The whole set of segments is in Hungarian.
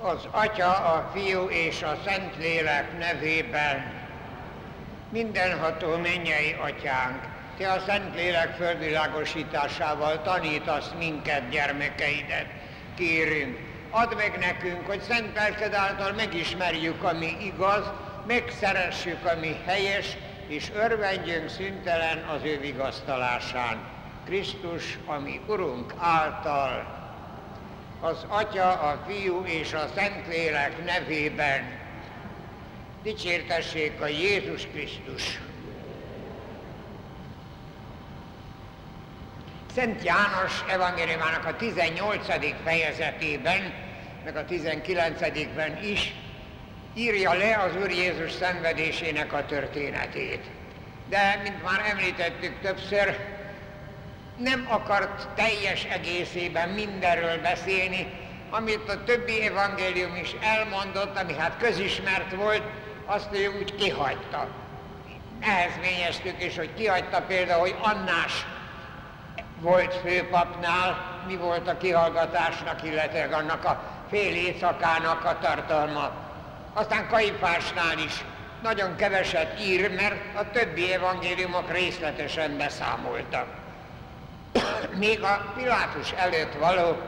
Az Atya, a Fiú és a Szentlélek nevében. Mindenható mennyei Atyánk, Te a Szentlélek földvilágosításával tanítasz minket, gyermekeidet. Kérünk, add meg nekünk, hogy szent lelked által megismerjük, ami igaz, megszeressük, ami helyes, és örvendjünk szüntelen az ő vigasztalásán. Krisztus, ami Urunk által. Az Atya, a Fiú és a Szentlélek nevében. Dicsértessék a Jézus Krisztus! Szent János evangéliumának a 18. fejezetében, meg a 19-ben is írja le az Úr Jézus szenvedésének a történetét. De, mint már említettük többször, nem akart teljes egészében mindenről beszélni, amit a többi evangélium is elmondott, ami hát közismert volt, azt ő úgy kihagyta. Nehezményeztük is, hogy kihagyta például, hogy Annás volt főpapnál, mi volt a kihallgatásnak, illetve annak a fél éjszakának a tartalma. Aztán Kajfásnál is nagyon keveset ír, mert a többi evangéliumok részletesen beszámoltak. Még a Pilátus előtt való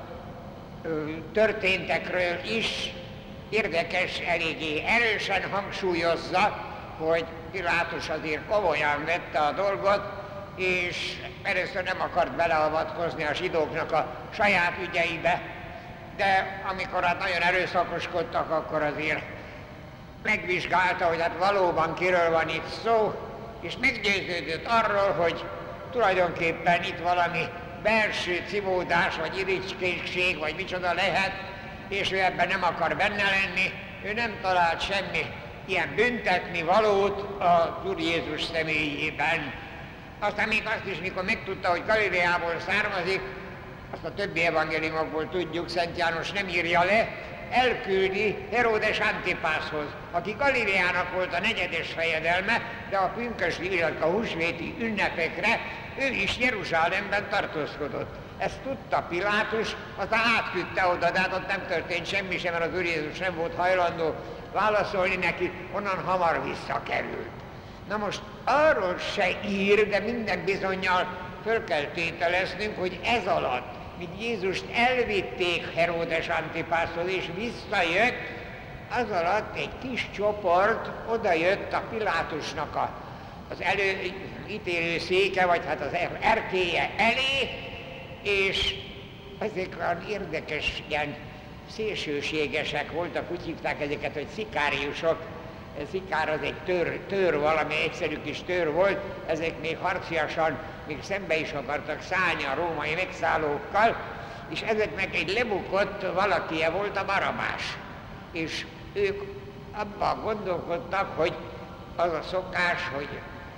történtekről is érdekes, eléggé erősen hangsúlyozza, hogy Pilátus azért komolyan vette a dolgot, és először nem akart beleavatkozni a zsidóknak a saját ügyeibe, de amikor hát nagyon erőszakoskodtak, akkor azért megvizsgálta, hogy hát valóban kiről van itt szó, és meggyőződött arról, hogy tulajdonképpen itt valami belső civódás, vagy irigység, vagy micsoda lehet, és ő ebben nem akar benne lenni, ő nem talált semmi ilyen büntetni valót az Úr Jézus személyében. Aztán még azt is, mikor megtudta, hogy Galileából származik, azt a többi evangéliumokból tudjuk, Szent János nem írja le, elküldi Heródes Antipászhoz, aki Galileának volt a negyedes fejedelme, de a pünkösdi, illetve a húsvéti ünnepekre ő is Jeruzsálemben tartózkodott. Ezt tudta Pilátus, aztán átküldte oda, de hát ott nem történt semmi sem, mert az Úr Jézus nem volt hajlandó válaszolni neki, onnan hamar visszakerült. Na most arról se ír, de minden bizonnyal föl kell tételeznünk, hogy ez alatt, míg Jézust elvitték Heródes Antipászhoz és visszajött, az alatt egy kis csoport odajött a Pilátusnak az előítélő széke, vagy hát az erkélye elé, és ezek olyan érdekes, ilyen szélsőségesek voltak, úgy hívták ezeket, hogy szikáriusok. Szikár az egy tőr, valami egyszerű kis tőr volt, ezek még harciasan, még szembe is akartak szállni a római megszállókkal, és ezeknek egy lebukott valakije volt, a Barabás. És ők abban gondolkodtak, hogy az a szokás, hogy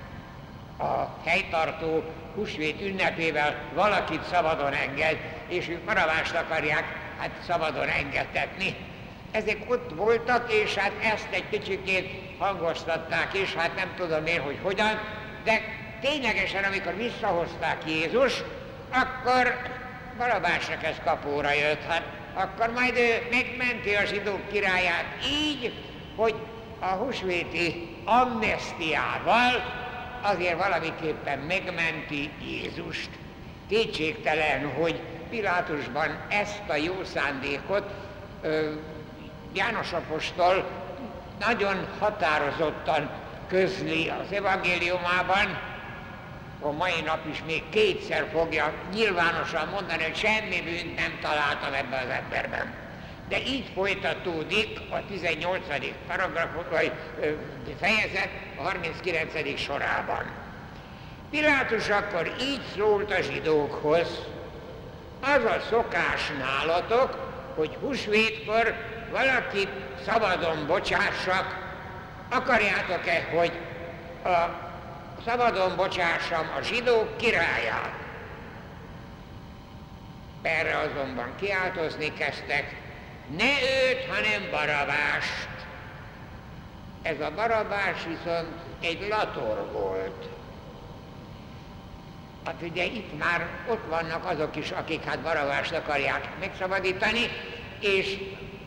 a helytartó húsvét ünnepével valakit szabadon enged, és ők Barabást akarják hát szabadon engedtetni. Ezek ott voltak, és hát ezt egy kicsikét hangoztatták is, hát nem tudom én, hogy hogyan, de ténylegesen, amikor visszahozták Jézus, akkor Barabásnak ez kapóra jött, hát akkor majd ő megmenti a zsidók királyát így, hogy a húsvéti amnesztiával azért valamiképpen megmenti Jézust. Kétségtelen, hogy Pilátusban ezt a jó szándékot János apostol nagyon határozottan közli az evangéliumában, a mai nap is még kétszer fogja nyilvánosan mondani, hogy semmi bűnt nem találtam ebben az emberben. De így folytatódik a 18. fejezet a 39. sorában. Pilátus akkor így szólt a zsidókhoz: az a szokás nálatok, hogy húsvétkor valakit szabadon bocsássak, akarjátok-e, hogy szabadon bocsássam a zsidók királyát? Erre azonban kiáltozni kezdtek: ne őt, hanem Barabást. Ez a Barabás viszont egy lator volt. Hát ugye itt már ott vannak azok is, akik hát Barabást akarják megszabadítani, és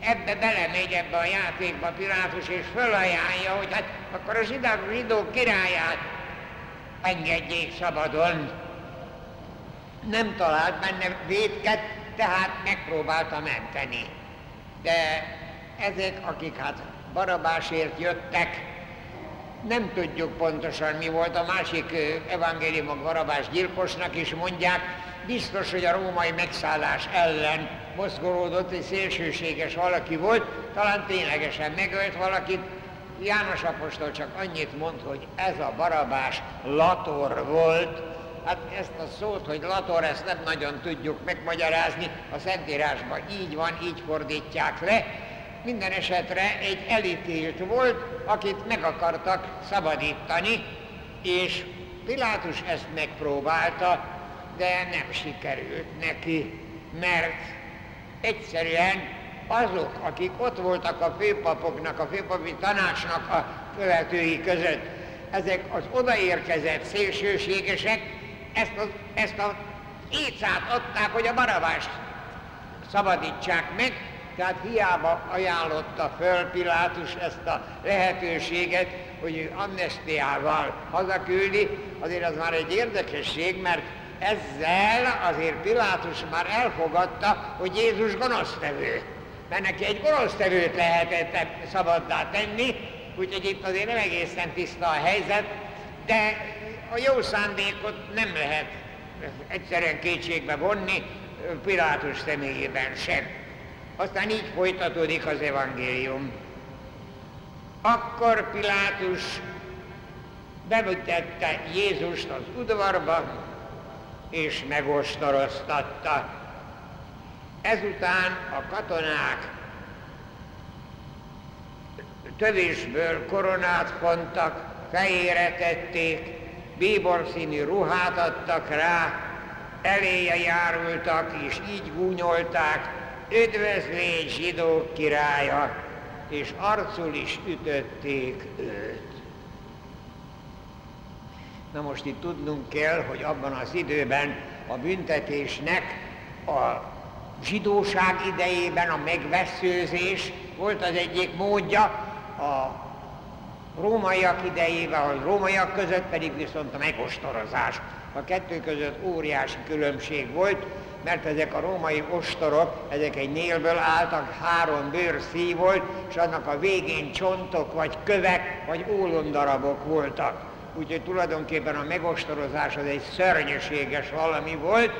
ebbe belemegy ebbe a játékba Pilátus, és fölajánlja, hogy hát akkor a zsidó királyát engedjék szabadon. Nem talált benne vétket, tehát megpróbálta menteni. De ezek, akik hát Barabásért jöttek, nem tudjuk pontosan mi volt, a másik evangéliumok Barabás gyilkosnak is mondják, biztos, hogy a római megszállás ellen mozgolódott, egy szélsőséges valaki volt, talán ténylegesen megölt valakit. János apostol csak annyit mond, hogy ez a Barabás lator volt. Hát ezt a szót, hogy lator, ezt nem nagyon tudjuk megmagyarázni, a Szentírásban így van, így fordítják le. Minden esetre egy elítélt volt, akit meg akartak szabadítani, és Pilátus ezt megpróbálta, de nem sikerült neki, mert egyszerűen azok, akik ott voltak a főpapoknak, a főpapi tanácsnak a követői között, ezek az odaérkezett szélsőségesek ezt a écát adták, hogy a Barabást szabadítsák meg, tehát hiába ajánlotta föl Pilátus ezt a lehetőséget, hogy ő amnesztiával hazaküldi, azért az már egy érdekesség, mert ezzel azért Pilátus már elfogadta, hogy Jézus gonosztevő. Mert neki egy gonosztevőt lehetett szabaddá tenni, úgyhogy itt azért nem egészen tiszta a helyzet, de a jó szándékot nem lehet egyszerűen kétségbe vonni Pilátus személyében sem. Aztán így folytatódik az evangélium. Akkor Pilátus bemutatta Jézust az udvarba, és megostoroztatta. Ezután a katonák tövésből koronát fontak, fejére tették, bíborszínű ruhát adtak rá, eléje járultak, és így gúnyolták: üdvözlégy zsidók királya, és arcul is ütötték őt. Na most itt tudnunk kell, hogy abban az időben a büntetésnek a zsidóság idejében a megvesszőzés volt az egyik módja, a rómaiak idejében, a rómaiak között pedig viszont a megostorozás. A kettő között óriási különbség volt, mert ezek a római ostorok, ezek egy nélből álltak, 3 bőrszíj volt, és annak a végén csontok, vagy kövek, vagy ólomdarabok voltak. Úgyhogy tulajdonképpen a megostorozás az egy szörnyűséges valami volt.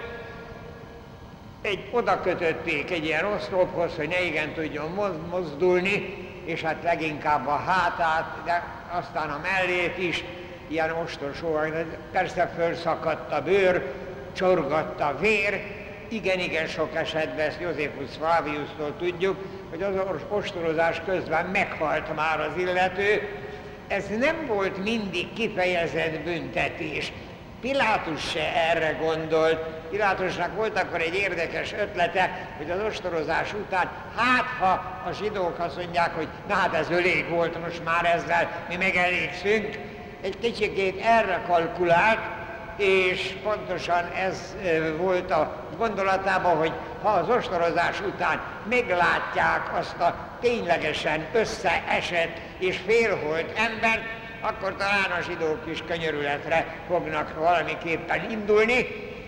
Oda kötötték egy ilyen oszlophoz, hogy ne igen tudjon mozdulni, és hát leginkább a hátát, de aztán a mellét is, ilyen ostorsóan, persze fölszakadt a bőr, csorgatta a vér. Igen sok esetben, ezt Josephus Flaviustól tudjuk, hogy az ostorozás közben meghalt már az illető. Ez nem volt mindig kifejezett büntetés. Pilátus se erre gondolt. Pilátusnak volt akkor egy érdekes ötlete, hogy az ostorozás után, hát ha a zsidók azt mondják, hogy na hát ez elég volt, most már ezzel mi megelégszünk, egy kicsikét erre kalkulált, és pontosan ez volt a gondolatában, hogy ha az ostorozás után meglátják azt a ténylegesen összeesett és félholt embert, akkor talán a zsidók is könyörületre fognak valamiképpen indulni.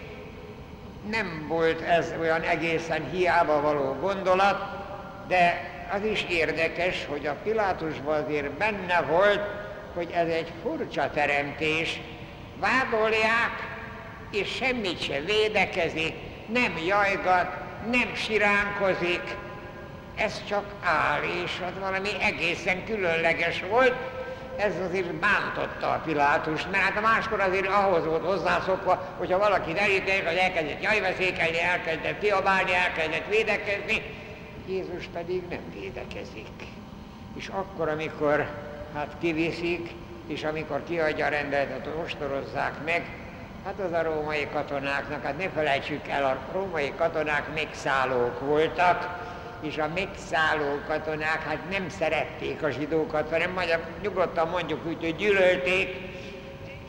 Nem volt ez olyan egészen hiába való gondolat, de az is érdekes, hogy a Pilátusban azért benne volt, hogy ez egy furcsa teremtés. Vádolják, és semmit se védekezik, nem jajgat, nem siránkozik, ez csak áll, és az valami egészen különleges volt. Ez azért bántotta a Pilátust, mert hát máskor azért ahhoz volt hozzászokva, hogyha valakit elítélik, az elkezdett jajveszékelni, elkezdett kiabálni, elkezdett védekezni, Jézus pedig nem védekezik. És akkor, amikor kiviszik, és amikor kiadja a rendeletet, ostorozzák meg, hát az a római katonáknak, hát ne felejtsük el, a római katonák megszállók voltak, és a megszálló katonák hát nem szerették a zsidókat, hanem majd nyugodtan mondjuk úgy, hogy gyűlölték,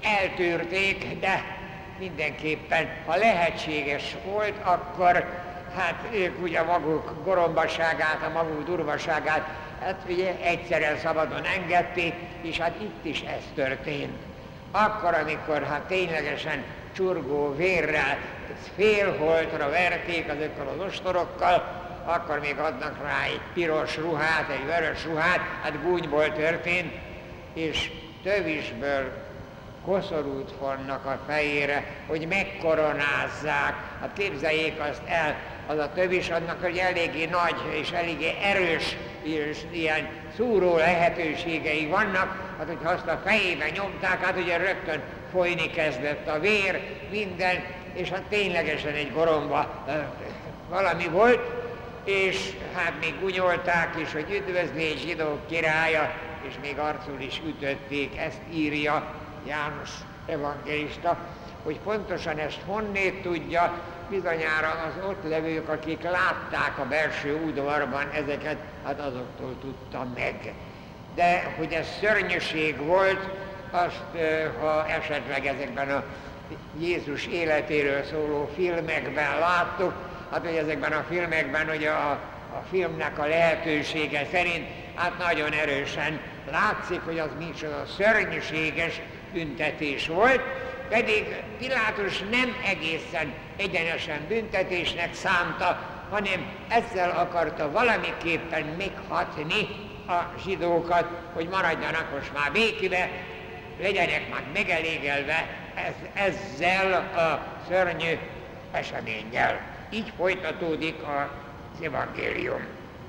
eltűrték, de mindenképpen, ha lehetséges volt, akkor hát ők ugye maguk gorombaságát, a maguk durvaságát, hát ugye egyszerűen szabadon engedték, és hát itt is ez történt. Akkor, amikor hát ténylegesen csurgó vérrel, félholtra verték ezekkel az ostorokkal, akkor még adnak rá egy piros ruhát, egy vörös ruhát, hát gúnyból történt, és tövisből koszorút vannak a fejére, hogy megkoronázzák. Hát képzeljék azt el, az a tövis annak, hogy eléggé nagy és eléggé erős és ilyen szúró lehetőségei vannak, hát hogyha azt a fejébe nyomták, hát ugye rögtön folyni kezdett a vér, minden, és hát ténylegesen egy goromba valami volt, és hát még gunyolták is, hogy üdvözlégy zsidók királya, és még arcul is ütötték, ezt írja János evangélista, hogy pontosan ezt honnét tudja, bizonyára az ott levők, akik látták a belső udvarban ezeket, hát azoktól tudta meg. De hogy ez szörnyűség volt, azt, ha esetleg ezekben a Jézus életéről szóló filmekben láttuk, hát hogy ezekben a filmekben ugye a filmnek a lehetősége szerint hát nagyon erősen látszik, hogy az micsoda szörnyűséges büntetés volt, pedig Pilátus nem egészen egyenesen büntetésnek szánta, hanem ezzel akarta valamiképpen meghatni a zsidókat, hogy maradjanak most már békébe, legyenek már megelégelve ezzel a szörnyű eseménnyel. Így folytatódik az evangélium.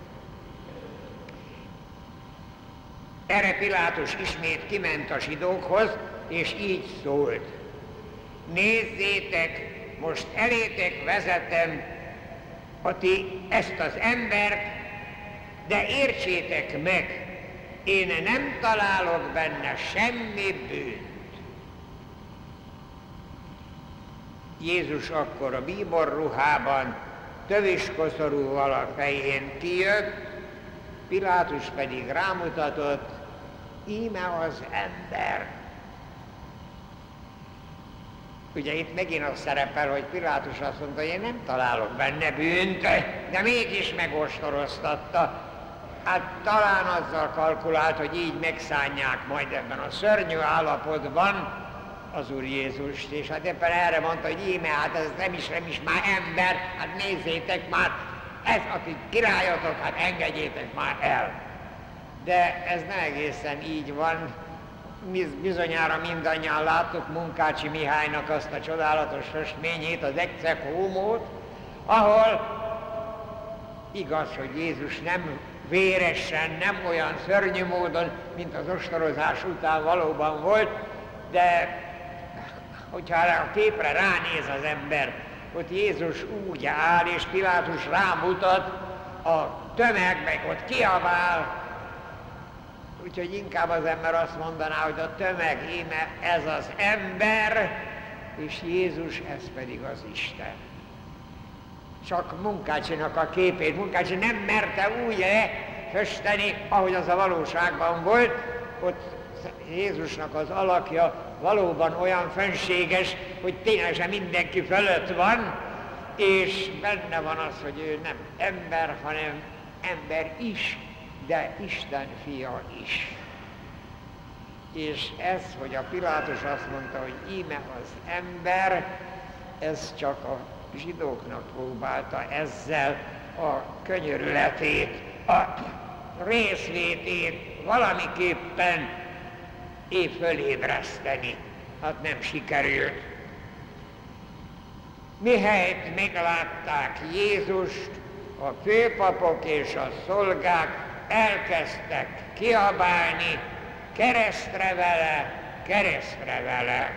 Erre Pilátus ismét kiment a zsidókhoz, és így szólt: nézzétek, most elétek vezetem ezt az embert, de értsétek meg, én nem találok benne semmi bűnt. Jézus akkor a bíborruhában, töviskoszorúval a fején kijött, Pilátus pedig rámutatott: íme az ember. Ugye itt megint az szerepel, hogy Pilátus azt mondta, hogy én nem találok benne bűnt, de mégis megostoroztatta. Hát talán azzal kalkulált, hogy így megszánják majd ebben a szörnyű állapotban az Úr Jézust, és hát éppen erre mondta, hogy íme, hát ez nem is már ember, hát nézzétek már, ez, aki királyatok, hát engedjétek már el. De ez nem egészen így van. Bizonyára mindannyian láttuk Munkácsi Mihálynak azt a csodálatos festményét, az Ecce Homót, ahol igaz, hogy Jézus nem véresen, nem olyan szörnyű módon, mint az ostorozás után valóban volt, de hogyha a képre ránéz az ember, ott Jézus úgy áll, és Pilátus rámutat, a tömeg meg ott kiabál, úgyhogy inkább az ember azt mondaná, hogy a tömeg íme ez az ember, és Jézus ez pedig az Isten. Csak Munkácsinak a képét, Munkácsi nem merte úgy festeni, ahogy az a valóságban volt, ott Jézusnak az alakja valóban olyan fenséges, hogy tényleg mindenki fölött van, és benne van az, hogy ő nem ember, hanem ember is, de Isten fia is. És ez, hogy a Pilátus azt mondta, hogy íme az ember, ez csak a zsidóknak próbálta ezzel a könyörületét, a részvétét valamiképpen fölébreszteni. Hát nem sikerült. Mihelyt meglátták Jézust, a főpapok és a szolgák elkezdtek kiabálni: keresztre vele, keresztre vele!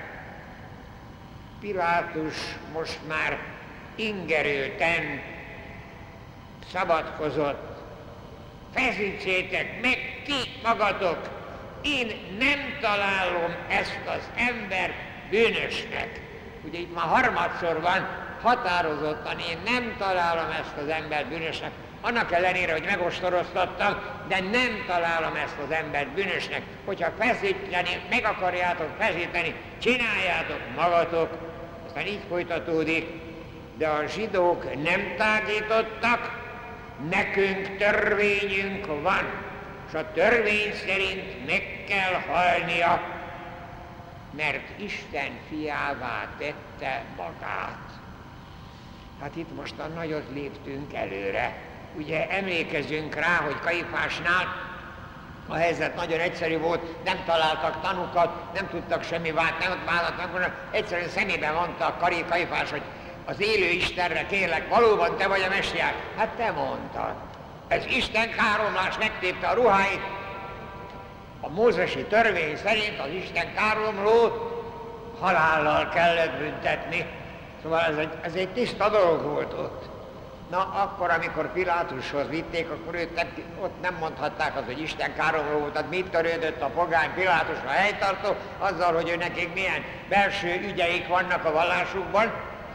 Pilátus most már ingerülten szabadkozott: feszítsétek meg ti magatok, én nem találom ezt az embert bűnösnek. Ugye itt már harmadszor van, határozottan én nem találom ezt az embert bűnösnek, annak ellenére, hogy megostoroztattam, de nem találom ezt az embert bűnösnek. Hogyha feszíteni, meg akarjátok feszíteni, csináljátok magatok. Aztán így folytatódik: de a zsidók nem tágítottak, nekünk törvényünk van, és a törvény szerint meg kell halnia, mert Isten fiává tette magát. Hát itt mostan nagyot léptünk előre. Ugye emlékezünk rá, hogy Kajfásnál a helyzet nagyon egyszerű volt, nem találtak tanukat, nem tudtak semmi vádat megmondani, egyszerűen szemébe mondta Kajfás, hogy az élő Istenre kérlek, valóban te vagy a messiás? Hát te mondtad. Ez Isten káromlás, megtépte a ruháit. A mózesi törvény szerint az Isten káromlót halállal kellett büntetni. Szóval ez egy tiszta dolog volt ott. Na, akkor, amikor Pilátushoz vitték, akkor ott nem mondhatták azt, hogy Isten káromló volt, tehát mit törődött a pogány Pilátus, a helytartó, azzal, hogy ő nekik milyen belső ügyeik vannak a vallásukban,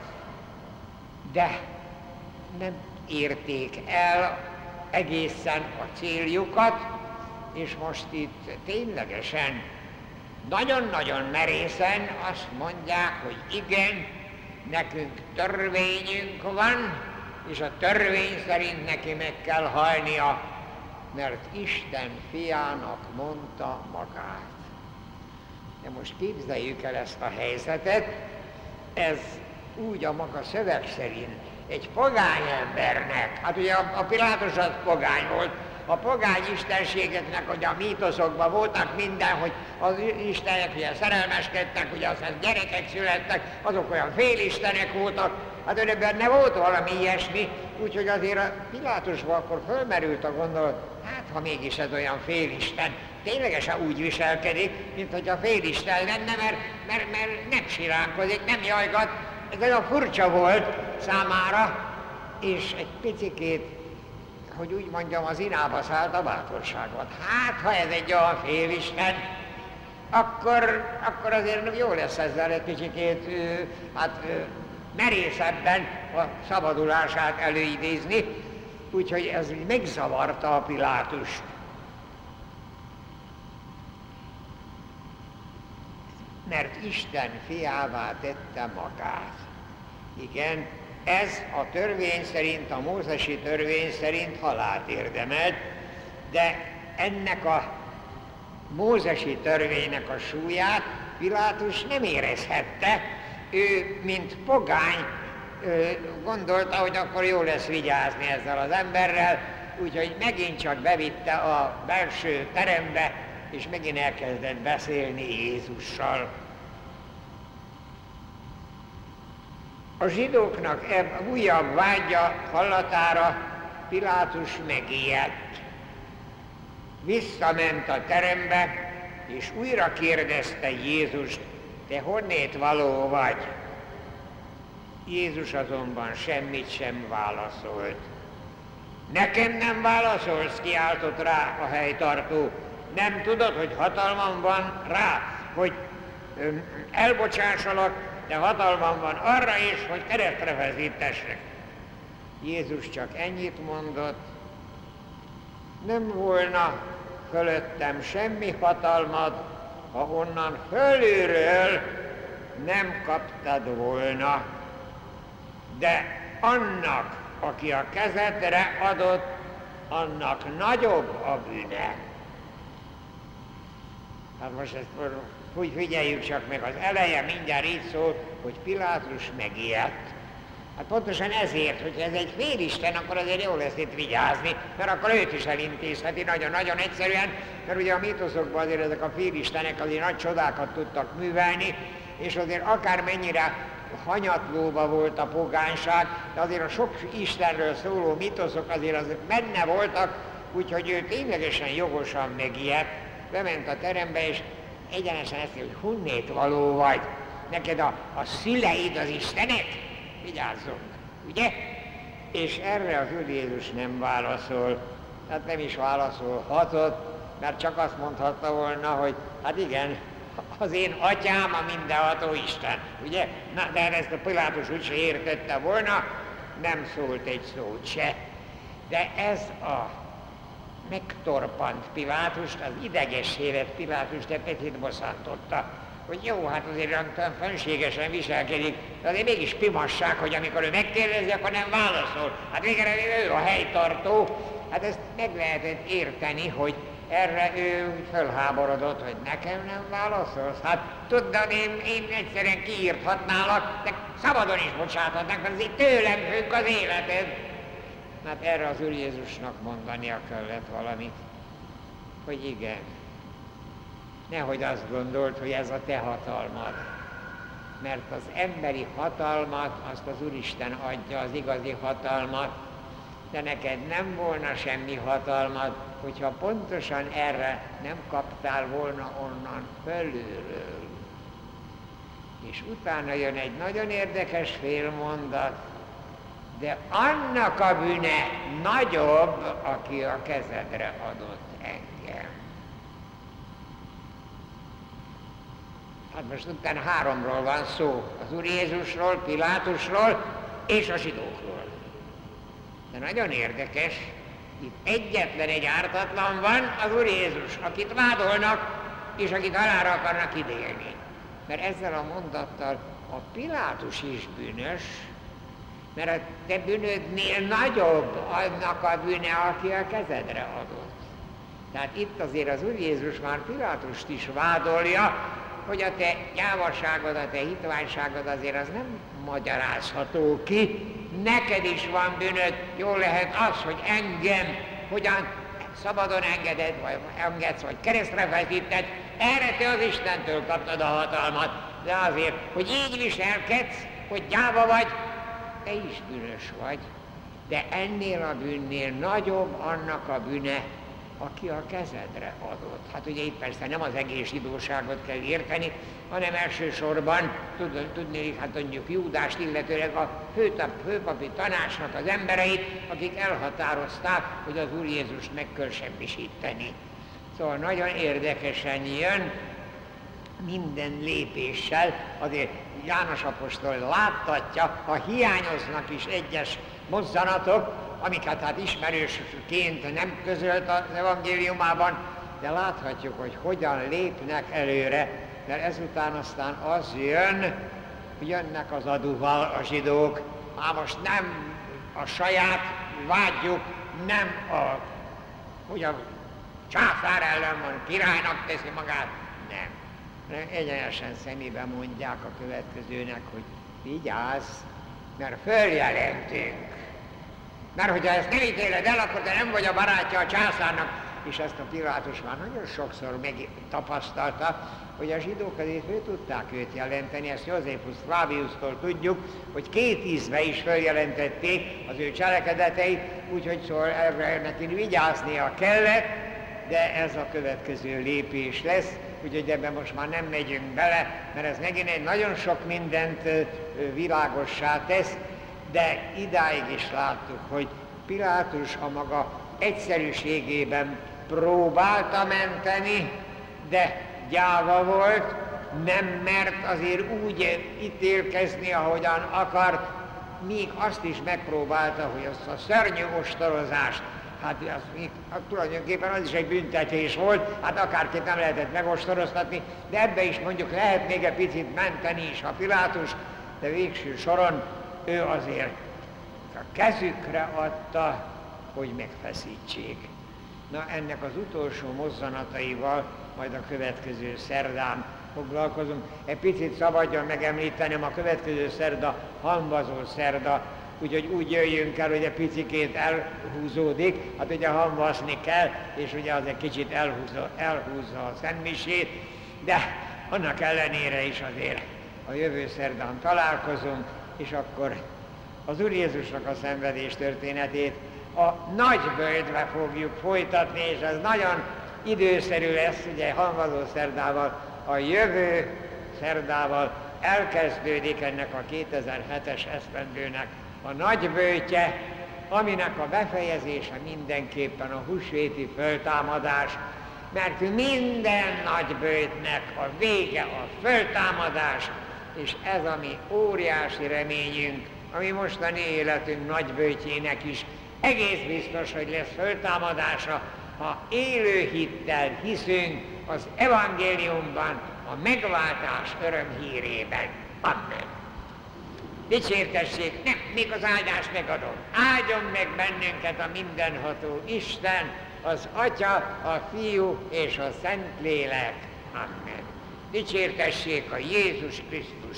de nem érték el egészen a céljukat, és most itt ténylegesen nagyon-nagyon merészen azt mondják, hogy igen, nekünk törvényünk van, és a törvény szerint neki meg kell halnia, mert Isten fiának mondta magát. De most képzeljük el ezt a helyzetet, ez úgy a maga szöveg szerint egy pogány embernek, hát ugye a Pilátus az pogány volt, a pogány istenségeknek, hogy a mítoszokban voltak minden, hogy az istenek ugye szerelmeskedtek, ugye aztán gyerekek születtek, azok olyan félistenek voltak, hát önökben ne volt valami ilyesmi, úgyhogy azért a Pilátusban akkor fölmerült a gondolat, hát ha mégis ez olyan félisten, ténylegesen úgy viselkedik, mint hogy a félisten lenne, mert nem siránkozik, nem jajgat, ez olyan furcsa volt számára, és egy picikét, hogy úgy mondjam, az inába szállt a bátorságot. Hát, ha ez egy olyan félisten, akkor azért jó lesz ezzel egy kicsikét merészebben a szabadulását előidézni, úgyhogy ez megzavarta a Pilátust. Mert Isten fiává tette magát. Igen, ez a törvény szerint, a mózesi törvény szerint halált érdemelt, de ennek a mózesi törvénynek a súlyát Pilátus nem érezhette. Ő, mint pogány, gondolta, hogy akkor jó lesz vigyázni ezzel az emberrel, úgyhogy megint csak bevitte a belső terembe, és megint elkezdett beszélni Jézussal. A zsidóknak újabb vágya hallatára Pilátus megijedt. Visszament a terembe, és újra kérdezte Jézust, te honnét való vagy? Jézus azonban semmit sem válaszolt. Nekem nem válaszolsz, kiáltott rá a helytartó. Nem tudod, hogy hatalmam van rá, hogy elbocsássalak, de hatalmam van arra is, hogy keresztre feszítessek. Jézus csak ennyit mondott, nem volna fölöttem semmi hatalmad, ha onnan fölülről nem kaptad volna. De annak, aki a kezedre adott, annak nagyobb a bűne. Hát most ezt úgy figyeljük csak meg, az eleje mindjárt így szól, hogy Pilátus megijedt. Hát pontosan ezért, hogy ez egy félisten, akkor azért jó lesz itt vigyázni, mert akkor őt is elintézheti nagyon-nagyon egyszerűen, mert ugye a mítoszokban azért ezek a félistenek azért nagy csodákat tudtak művelni, és azért akármennyire hanyatlóba volt a pogányság, de azért a sok Istenről szóló mítoszok azért azok benne voltak, úgyhogy ő ténylegesen jogosan megijedt, bement a terembe, és egyenesen ezt mondja, hogy honnét való vagy, neked a szüleid az Istenek? Vigyázzunk, ugye? És erre az Úr Jézus nem válaszol, hát nem is válaszolhatott, mert csak azt mondhatta volna, hogy hát igen, az én atyám a mindenható Isten, ugye? Na, de ezt a Pilátus úgyse értette volna, nem szólt egy szót se. De ez a megtorpant Pilátust, az idegessé vett Pilátust, de picit bosszantotta. hogy jó, hát azért olyan fenségesen viselkedik, de azért mégis pimasság, hogy amikor ő megkérdezi, akkor nem válaszol. Hát végre ő a helytartó. Hát ezt meg lehetett érteni, hogy erre ő fölháborodott, hogy nekem nem válaszolsz. Hát tudod, én egyszerűen kiírthatnálak, de szabadon is bocsáthatnak, mert azért tőlem függ az életed. Hát erre az Úr Jézusnak mondania kellett valamit, hogy igen. Nehogy azt gondolt, hogy ez a te hatalmad. Mert az emberi hatalmat, azt az Úristen adja, az igazi hatalmat, de neked nem volna semmi hatalmad, hogyha pontosan erre nem kaptál volna onnan fölülről. És utána jön egy nagyon érdekes félmondat, de annak a bűne nagyobb, aki a kezedre adott engem. Hát most utána háromról van szó, az Úr Jézusról, Pilátusról és a zsidókról. De nagyon érdekes, itt egyetlen egy ártatlan van, az Úr Jézus, akit vádolnak, és akit halálra akarnak ítélni. Mert ezzel a mondattal a Pilátus is bűnös, mert a te bűnödnél nagyobb annak a bűne, aki a kezedre adott. Tehát itt azért az Úr Jézus már Pilátust is vádolja, hogy a te gyávaságod, a te hitványságod azért az nem magyarázható ki. Neked is van bűnöd, jól lehet az, hogy engem hogyan szabadon engeded, vagy engedsz, vagy keresztre feszíted, erre te az Istentől kaptad a hatalmat, de azért, hogy így viselkedsz, hogy gyáva vagy, te is bűnös vagy, de ennél a bűnnél nagyobb annak a bűne, aki a kezedre adott. Hát ugye itt persze nem az egész zsidóságot kell érteni, hanem elsősorban tudni, hát mondjuk Júdást, illetőleg a főpapi tanácsnak az embereit, akik elhatározták, hogy az Úr Jézust meg kell semmisíteni. Szóval nagyon érdekesen jön minden lépéssel, azért János apostol láttatja, ha hiányoznak is egyes mozzanatok, amiket hát ismerősként nem közölt az evangéliumában, de láthatjuk, hogy hogyan lépnek előre, mert ezután aztán az jön, hogy jönnek az adóval a zsidók, már most nem a saját vágyjuk, nem hogy a császár ellen van, királynak teszi magát, nem. Egyenesen szemébe mondják a következőnek, hogy vigyázz, mert följelentünk. Mert hogyha ezt nem ítéled el, akkor te nem vagy a barátja a császárnak. És ezt a Pilátus már nagyon sokszor megtapasztalta, hogy a zsidók azért föl tudták őt jelenteni, ezt Józsefus Flaviustól tudjuk, hogy 2 ízbe is följelentették az ő cselekedeteit, úgyhogy szóval erre neki vigyáznia kellett, de ez a következő lépés lesz, úgyhogy ebben most már nem megyünk bele, mert ez megint egy nagyon sok mindent világossá tesz, de idáig is láttuk, hogy Pilátus a maga egyszerűségében próbálta menteni, de gyáva volt, nem mert azért úgy ítélkezni, ahogyan akart, míg azt is megpróbálta, hogy azt a szörnyű ostorozást, hát tulajdonképpen az is egy büntetés volt, hát akárkit nem lehetett megostoroztatni, de ebbe is mondjuk lehet még egy picit menteni is a Pilátus, de végső soron ő azért a kezükre adta, hogy megfeszítsék. Na, ennek az utolsó mozzanataival majd a következő szerdán foglalkozunk. Egy picit szabadjon megemlítenem, a következő szerda hamvazó szerda, úgyhogy úgy jöjjünk el, hogy egy picikét elhúzódik, hát ugye hamvazni kell, és ugye az egy kicsit elhúzza a szentmisét, de annak ellenére is azért a jövő szerdán találkozunk, és akkor az Úr Jézusnak a szenvedés történetét a nagyböldbe fogjuk folytatni, és ez nagyon időszerű lesz, ugye hamvazó szerdával, a jövő szerdával elkezdődik ennek a 2007-es esztendőnek a nagyböjtje, aminek a befejezése mindenképpen a húsvéti föltámadás, mert minden nagyböjtnek a vége a föltámadás, és ez a mi óriási reményünk, ami mostani életünk nagyböjtjének is egész biztos, hogy lesz föltámadása, ha élő hittel hiszünk az evangéliumban, a megváltás örömhírében. Amen. Dicsértessék, nem, még az áldást megadom. Áldjon meg bennünket a mindenható Isten, az Atya, a Fiú és a Szentlélek. Amen. Dicsértessék a Jézus Krisztus.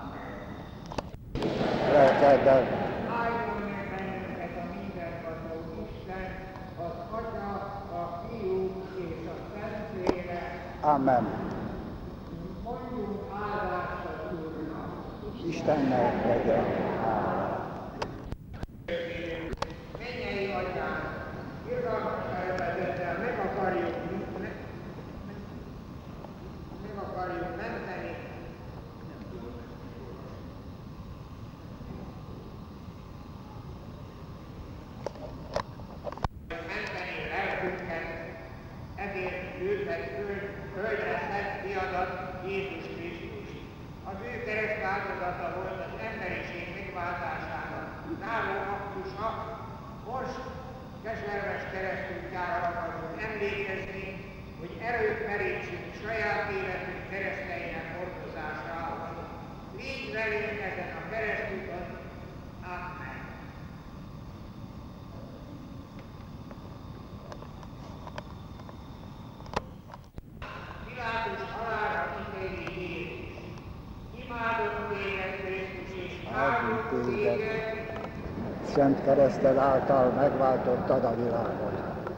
Lelkeddel. Áldjon meg bennünket a mindenható Amen. Mondjunk áldást az Úrnak. Istennek legyen. Mennyei Atyánk, irgalmas szeretettel meg akarjuk menteni lelkünket, ezért őket földre szent fiadat, Jézus Krisztus. Az ő kereszt áldozata volt az emberiség megváltásának záró aktusa. Most keserves keresztútjára akarunk emlékezni, hogy erőt merítsünk saját életünk kereszteinek hordozásához. Légy velünk ezen a keresztúton. Amen. Pilátus halálra ítéli Jézus. Imádom téged, Krisztus, és áldunk téged, Szent kereszted által megváltottad a világot.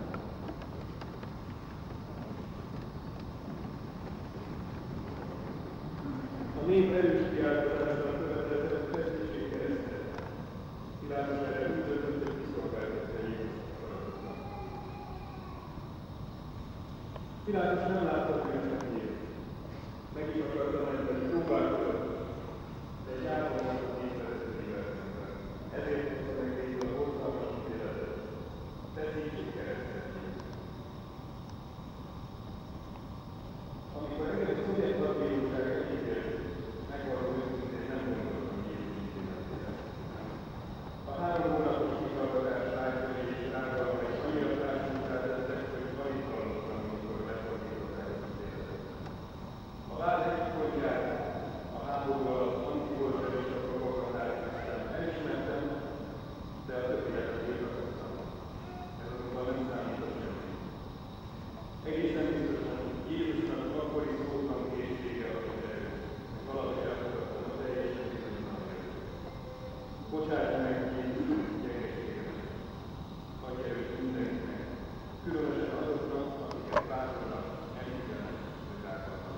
A nép erős kiáltozásra követett a feszültség keresztet. Pilátus erre úgy döntött, hogy kiszolgáltatta Jézus akaratoknak. Pilátus nem látta a bűnösségét. Meg is akarta menteni, próbálkozott, de egy átolmasok népszerezőivel szemben. Ezért hozta meg végül a borzalmas ítéletet. Feszítség keresztet Jézus. Amikor engem a szovjet nagybíróság elítélt, megvallom őszintén nem gondoltam Jézus ítéletére. A 3 hónapos kihallgatás lájtai és rágalmai annyira társultá tettek, hogy alig hallottam, amikor megfordították az ítéletet. A vád egyik pontját, a háború alatt antibolsevista propagandát elismertem, de a többieket tiltakoztam. Ez azonban nem számított semmi. Egészen biztosan Jézusnak akkori szótlan készsége a mindenről, hogy valahogy elfogadtam a teljesen bizonytalan erőt. Bocsássa meg Jézus gyengeségemet, adj erőt mindenkinek, különösen azoknak, akiket bátornak, elhigyenek, hogy rákadnak.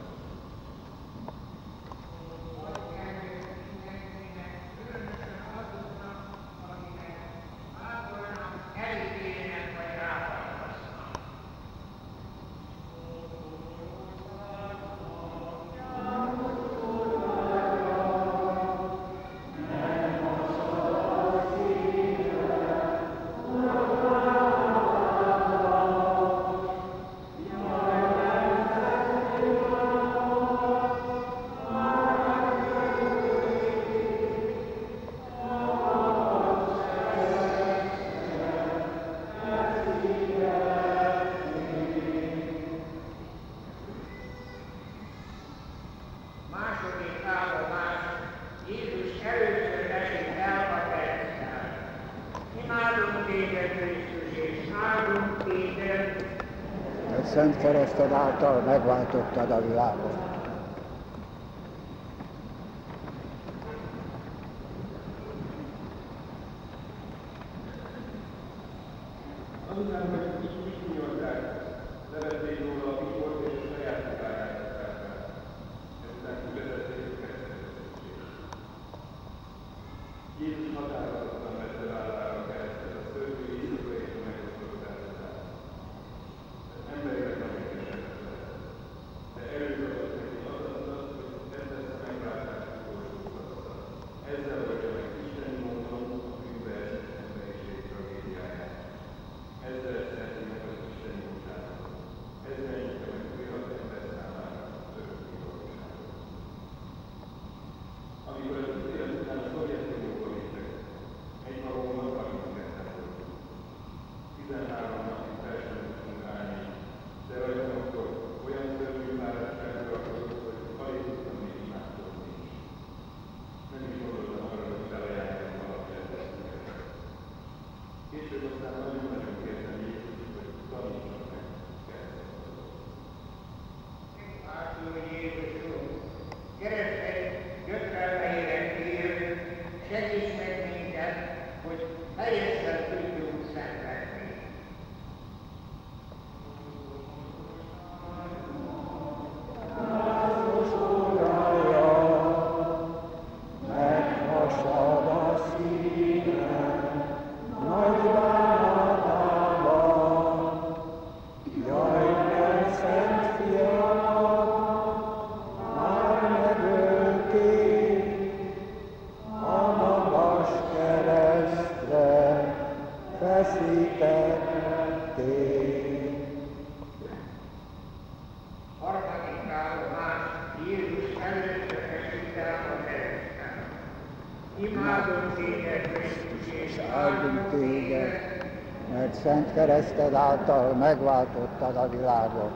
Szent kereszted által megváltottad a világot. Azután, hogy így kinyolták, levették róla a mikort és a saját magáját a kártyát. Ezután kivezették a kereszteződését. Jézus határozottan vette vállára a keresztet, a szörnyű éjszaka és a megosztott áldozát. Ez emberileg nagyon keserves lehet. De erőt adott neki azazat, hogy ez lesz a megváltás utolsó szakasza. Ezzel oldja meg Isteni módon a bűnbe esett emberiség tragédiáját. Ezzel Imádom téged, Krisztus, és áldunk téged, mert szent kereszted által megváltottad a világot.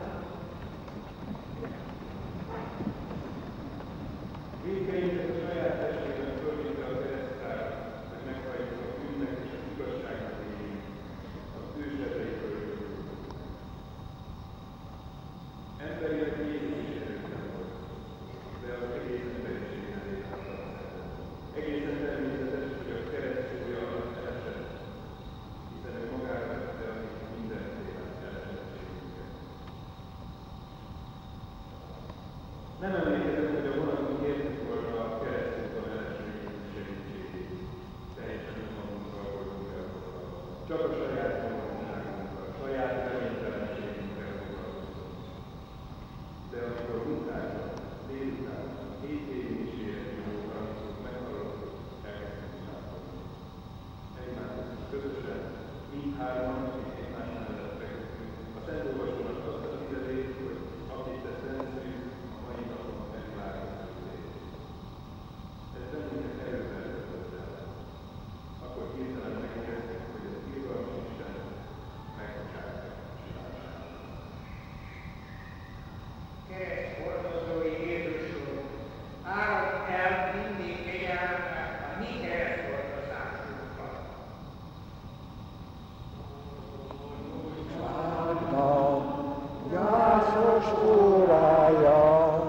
Vétkeinket a saját testében fölvitte a keresztre, hogy meghalljuk a bűnnek és az igazságnak élünk, az ő sebreitől jövünk. Emberileg Jézus is erőtlen volt, de az egész emberiségben létezett. Egészen természetes, hogy a keresztúrja alatt elesett, hiszen ő magára vette a mindenféle elesettségünket. Nem emlékezem, hogy a vonatunk értük volna a keresztúton eleső Jézus segítségét. Teljesen önmagunkkal voltunk elfoglalva. Csak a saját szomorúságunkkal, saját reménytelenségünkkel foglalkoztunk. De amikor munkánkra, délután, 7 évi kísérleti óta, meghallottuk, elkezdtünk imádkozni. Elimádkoztunk közösen, mindhárman, akik egymás mellett feküdtünk, a Szent Olvasónak azt a tizedét, hogy akit te szentszűz, a mai napon megvárjuk tőlét. Ez bennünket erővel töltött el. Akkor hirtelen megéreztük, hogy az irgalmas Isten megbocsátja a csinálságot. kereszt hordozói Jézusról, áld el mindig kegyelmet a mi kereszthordozásunkkal. Gyászos órája,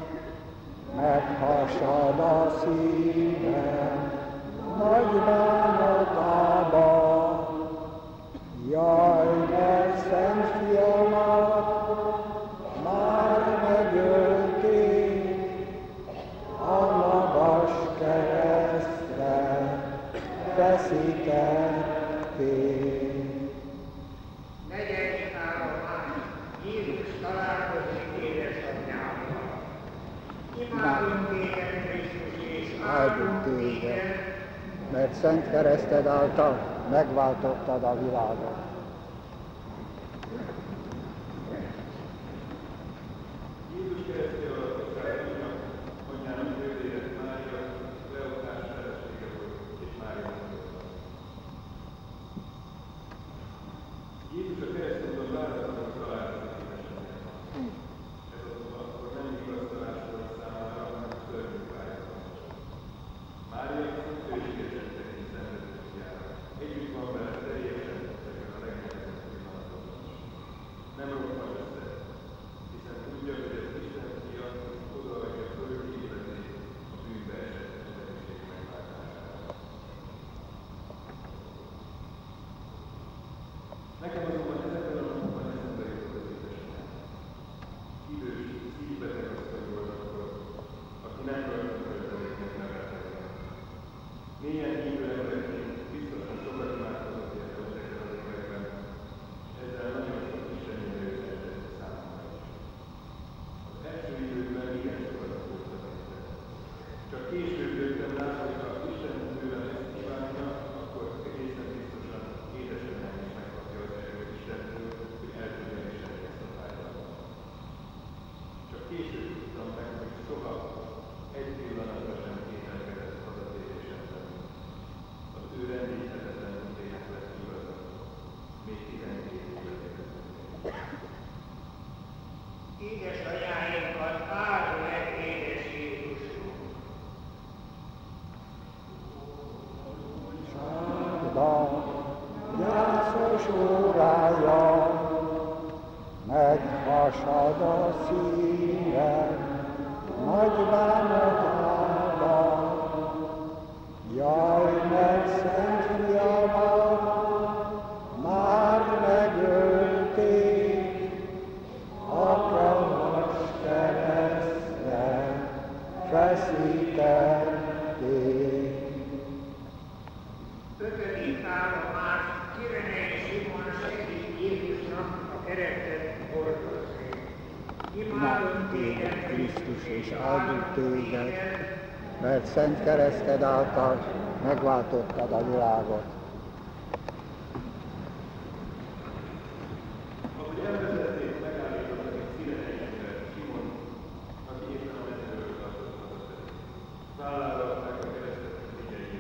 meghasad a szívem, nagy bánatába. Jaj, mert szent fiamat már megölték, a magas keresztre feszítették. Negyedik állomás, Jézus találkozik édesanyjával. Imádunk téged, Krisztus, és Áldunk téged, mert szent kereszted által megváltottad a világot. Jézus keresztje alatt a Szárnyúja, anyjának nővére Mária, Kleopás felesége volt, és Mária mondta. Jézus a keresztúton váratlanul találkozott édesanyjával. Ez azonban akkor nem vigasztalás volt számára, hanem szörnyű fájdalmas. Mária viszont hőségesen tekint szenvedő fiára. Együtt van vele teljesen ezeken a legnehezebb pillanatokban. Nem roppant össze, hiszen tudja, hogy az Isten fia odaadja föl életét a bűnbe esett emberiség megváltására. Nekem azonban ezekben a napokban eszembe jutott az édesanyám. Idős, szívbeteg asszony volt akkor, aki nem költözőteleiknek nevelte volna. Mélyen hívő emberként biztosan sokat imádkozott érte ezekben az években, ezzel nagyon sok isteni erőt eltett számomra is. Az első időkben igen sokat aggódtam érte. Csak később jöttem rá, hogy ha Isten tőlem ezt kívánja, akkor egészen biztosan édesanyám is megkapja az erőt Istentől, hogy el tudja viselni ezt a fájdalmat. Csak később tudtam meg, hogy soha egy pillanatra sem kételkedett hazatérésemben. Az ő rendíthetetlen ítélet lett igaza, még 12 életében. Édesanyáinkat áld meg, édes Jézusunk! Sárga, gyászos órája, meghasad a szívem, nagy bánatába. Jaj, mert szent fiamat már megölték, a magas keresztre feszítették. Ötödik állomás, Kirenei Simon segít Jézusnak a keresztet hordozni. Imádunk téged, Krisztus, és áldunk téged, mert szent kereszted által megváltottad a világot. Ahogy elvezették, megállítottak egy Kireneiben Simon, aki éppen a mezőről tartott hazafelé. Vállára adták a keresztet, hogy vigyei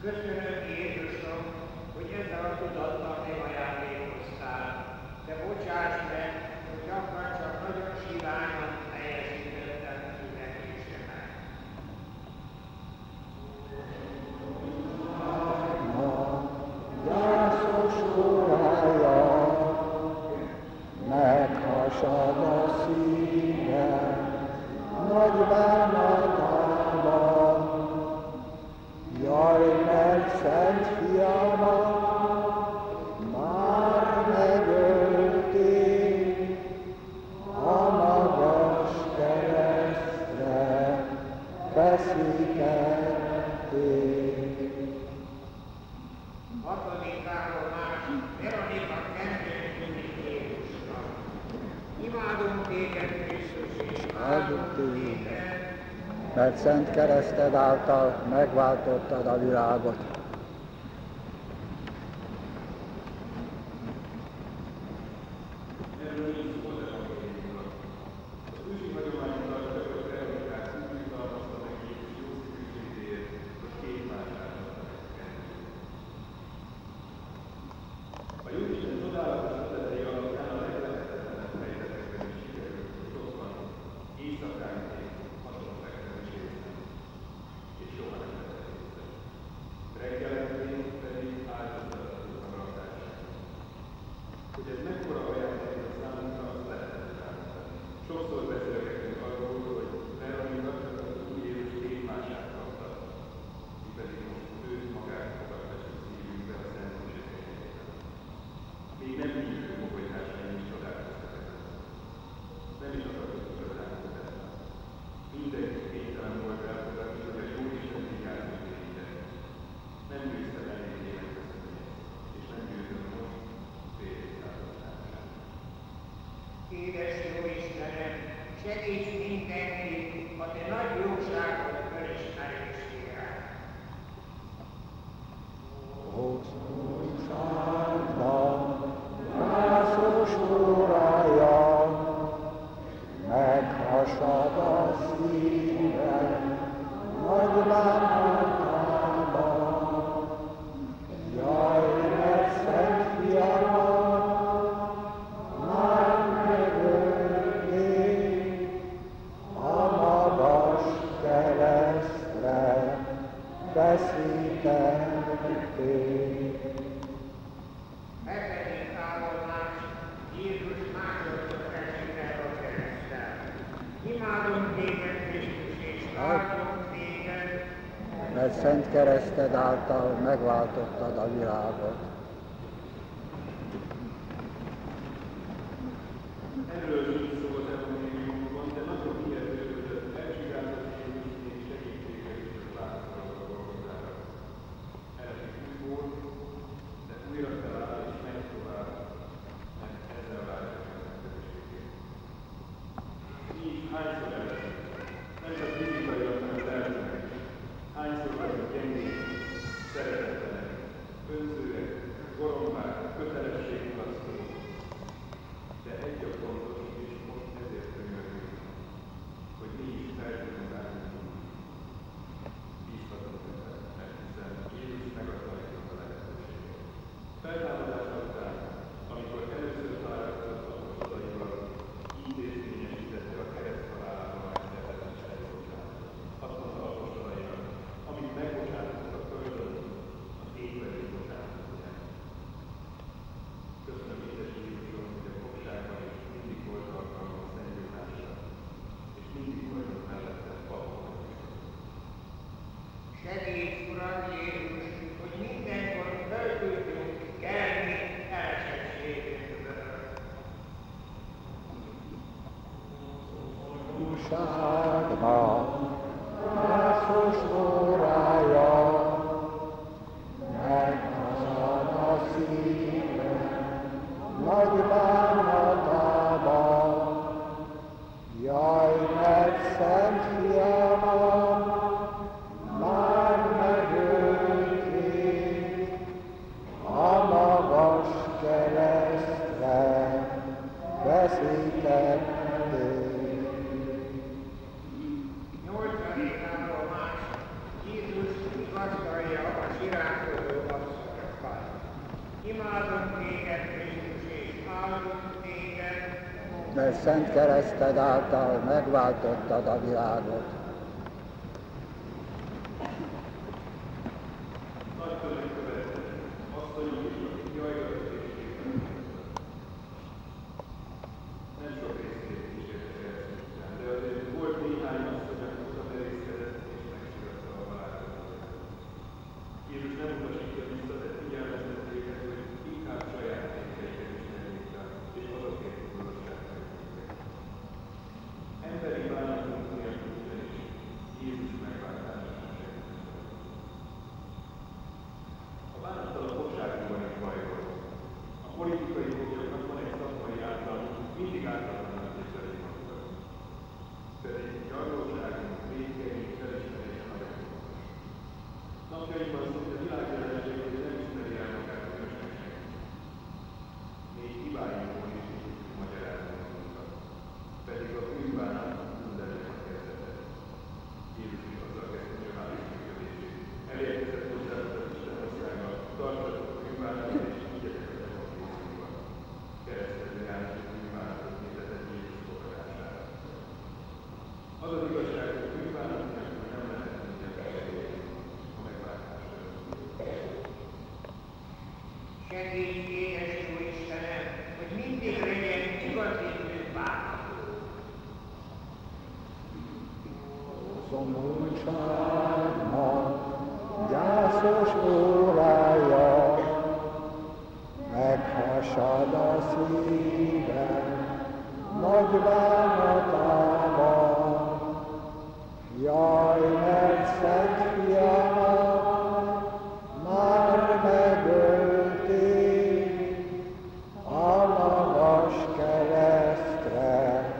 Köszönöm, Jézusom, hogy ezzel a tudattal megajándékoztál, de bocsáss meg, hogy gyakran csak nagyon siványan teljesítettem tünetésemet. Gyászos órája, meghasad a szívem, nagy bánatában. Jaj, mert Szent Fiamat már megölték, a magas keresztre feszítették. Hatodik állomás, Veronika Kentrős Jézusnak. Imádunk téged, Krisztus, és áldunk téged, mert szent kereszted által megváltottad a világot. Édes jó Istenem, segíts mindenki a te nagy jóságot fölismerésére. Hosszúságban gyászos órája, meghasad a szívem, nagy bánatában. Jaj, mert Szent Fiamat már megölték, a magas keresztre feszítették. Hetedik állomás, Jézus másodszor esik el a kereszten. Imádunk téged, Krisztus, és áldunk téged, Mert szent kereszted által megváltottad a világot. Erről is szólt evangéliumban, de nagyon hihető, hogy az elcsigázott Jézus még segítségre is látszólag a Golgotára. Elesik újból, de újra feláll és megy tovább, mert ezzel várja a megszerűségét. Így hányszor elesik? Nem csak fizikailag, hanem lelkileg. Hányszor vagyunk gyengék, szeretetlenek, önzőek, gorombák, kötelességmulasztók. De egy a fontos, és most ezért könyörgünk, hogy mi is fel tudunk állni. Bíztatunk ebben, hiszen Jézus megadta nekünk a lehetőséget. Feltámadása után, amikor először találkozott apostolaival, intézményesítette a kereszthalálával megszervezett elbocsánatot. Azt mondta apostolainak, amit megbocsátottak a földön, az égben is bocsánatot el. Köszönöm, édes Jézusom, hogy a fogságban is mindig volt alkalma a szentgyónásra, és mindig voltak mellettem papok. segíts, Uram Jézus, hogy mindenkor föl tudjunk kelni elsőségünkből. Újságban gyászos órája, meghasad a szívem, nagy bánatában. Jaj, mert Szent Fiamat már megölték, a magas keresztre feszítették. Nyolcadik állomás, Jézus vigasztalja a siránkozó mert szent kereszted által megváltottad a világot. Segíts, édes jó Istenem, hogy mindig legyen igazi bűnbánatod. Szomorúságnak gyászos órája, meghasad a szívem nagy bánatában. Jaj, mert szent fiamat már megölték, a magas keresztre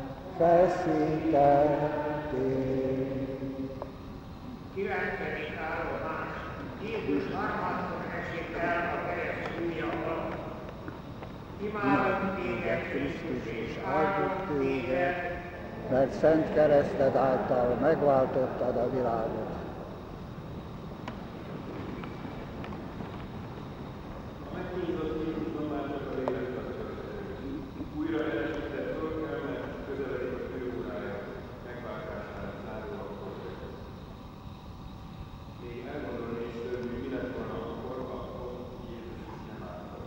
feszítették. 9. állomás. Jézus harmadszor esik el a kereszt súlya alatt. Imádok téged, Krisztus, és áldok téged, mert szent kereszted által megváltottad a világot. A megkínzott Jézusban már csak a lélek újra elesített szolgálnak, közeledik a fő órája, megváltására záró akkor. Még elgondolni is szörnyű, mi lett volna akkor Jézus is nem által.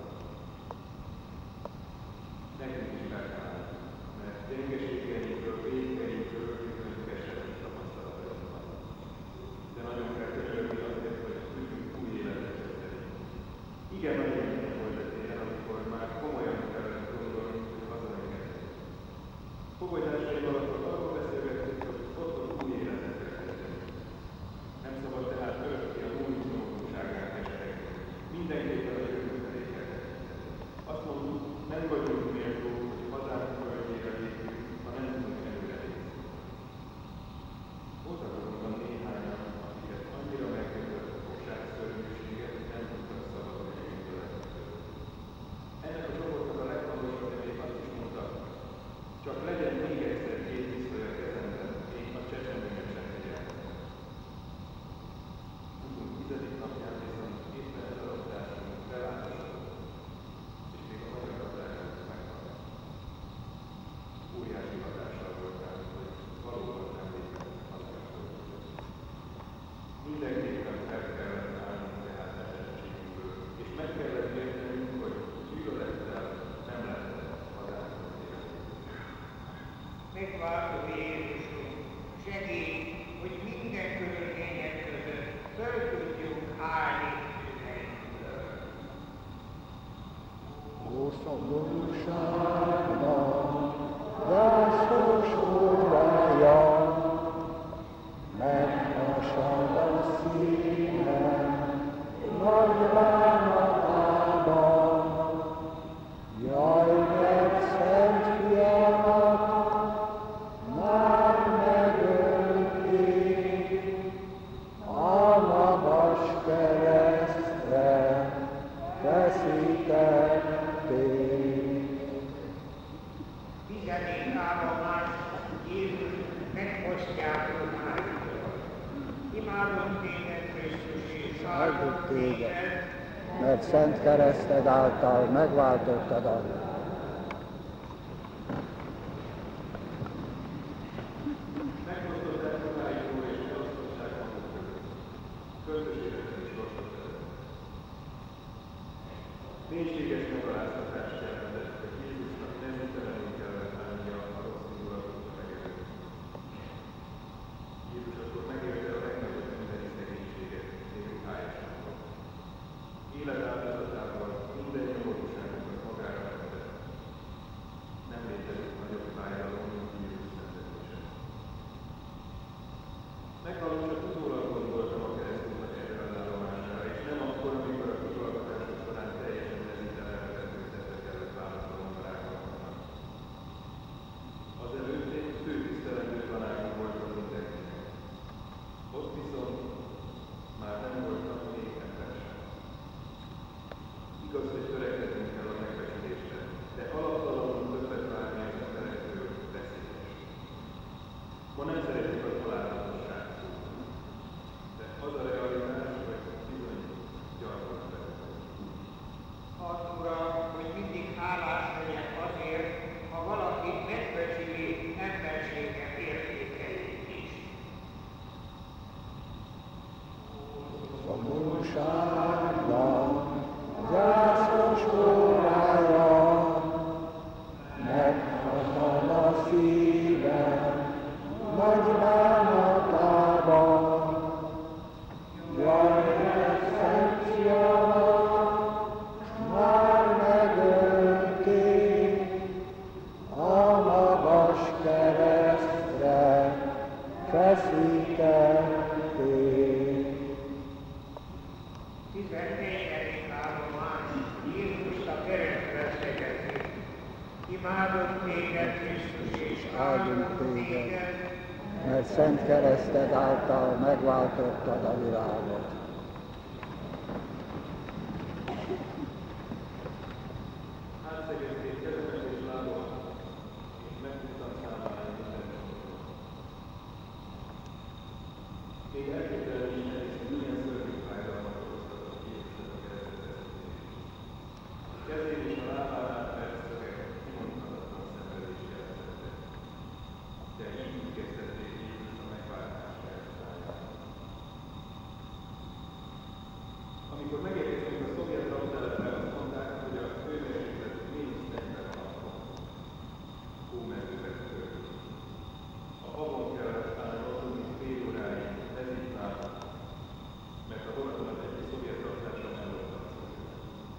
Nekünk is meg kell állni, mert gyengeségeinkről, vétkeinkről bizony keserű tapasztalataink van. De nagyon kell könyörögni azért, hogy tudjunk új életet kezdeni. Igen, nagyon ilyen volt a téren, amikor már komolyan kellett gondolni, hogy hazamengedik. Fogadásaival akkor arról beszélgettünk, hogy otthon új életet kell kezdeni. Nem szabad tehát örökké a múlt nyomorúságát keseregni. Mindenképpen a jövő felé kell tekinteni. Azt mondtuk, nem vagyunk méltók, hogy hazánk földjére lépjünk, ha nem tudunk előre lépni. Voltak azonban néhányan, akiket annyira megkötött a fogság szörnyűsége, hogy nem tudtak szabadulni a gyűlöletektől. Ennek a csoportnak a legfontosabb még azt is mondta, csak legyen még egyszer 2 pisztoly a kezemben, én a csecsemőmet sem figyeltem. 20. napján viszont éppen ez a rabdásunk belátásodott, és még a magyar rabdásunk meghalt. Óriási hatással volt rám, hogy valóban nem lépett hazagasztottuk. Mindenképpen fel kellett állnunk tehát esetségünkből, és meg kellett értenünk, hogy gyűlölettel nem lehet hazánkot élni. megváltó Jézusunk, segíts, hogy minden körülmények között föl tudjunk állni bűneinkből. Ó szomorúságnak gyászos órája, meghasad a szívem nagy bánatában. Jaj, mert szent fiamat már megölték, a magas keresztre feszítették. 10. állomás. Jézus megfosztjátok másoktól. Imádom téged, Krisztus, és áldok téged, mert szent kereszted által megváltottad a Megfosztották magáikról és elosztották maguk között. Költösségekben is rosszat vezettek. Mélységes megaláztatást jelentett, Jézusnak nemzetelenül kellett állnia a rossz indulatot megelőzni. Jézus akkor megélte a legnagyobb emberi szegénységet, még ruhájásával. Életáldozatával minden nyomorúságunkat magára vette. Nem létezik nagyobb fájdalom, mint Jézus szenvedése. Meghalósat utólag gondoltam a keresztútnak erre az állomására, és nem akkor, amikor a kitolgatások során teljesen nezítelenre vetőzetre kellett válaszolnom a rágalomnak. Azelőtt én főtisztelendő tanárom voltam mindenkinek. Ott viszont már nem voltam még ember sem. Igaz, hogy törekednünk kell a megbecsülésre, de alaptalanul többet várni az emberektől veszélyes. Ma nem szeretjük a találmatosságot, de az a realitás, hogy bizony gyarmat vele. Az, Uram, hogy mindig hálás legyek azért, ha valaki megbecsüli embersége értékeit is. Szomorúságban gyászos órája, megfakad a szívem, nagy bánatában. Jaj, szent fiamat, már megölték, a magas keresztre feszítették. 14. állomány, Jézus a keresztre szegezi. Imádunk téged, Krisztus, és áldunk téged, Mert szent kereszted által megváltottad a világot. Átszegezték kezemet és lábamat, és megtudtam számára minden gondolatot. Még elképzelni is nehéz, hogy milyen szörnyű fájdalmat okoztatott Jézusnak a keresztfeszítés. A kezén és a lábán át vert szögek kimondhatatlan szenvedést jelentettek. De így kezdették Jézus a megváltás felszállását. Amikor megérkeztünk a szovjet raktelepre, azt mondták, hogy a hőmérséklet -40 fok. Hómezőben töltünk. A havon kellett állni aludni fél óráig, ez itt már, mert a vonatomat egy szovjet raktárban elloptak szörnyűen.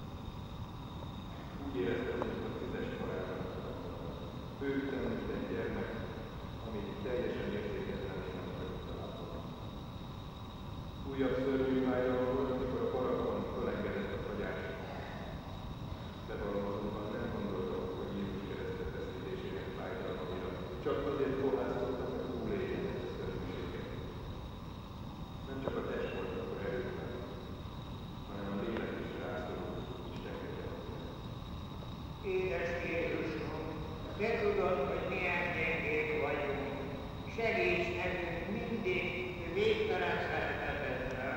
Úgy éreztem, mint a 10-es korában. Bőgtem, mint egy gyermek, amit teljesen értéketlenné nem vagyok találva. Újabb szörnyű fájdalom volt, amikor a parakon fölengedett a fagyás. Bevallom azonban nem gondoltam, hogy Jézus keresztfeszítésének fájdalma miatt. Csak azért korlátozottam, hogy túléljen ezt a szörnyűséget. Nem csak a test volt akkor erőtlen, hanem a lélek is rászorult Isten kegyelmére. Édes Jézusom, te tudod, hogy milyen gyengék vagyunk. Segíts nekünk mindig végtelen szereteteddel.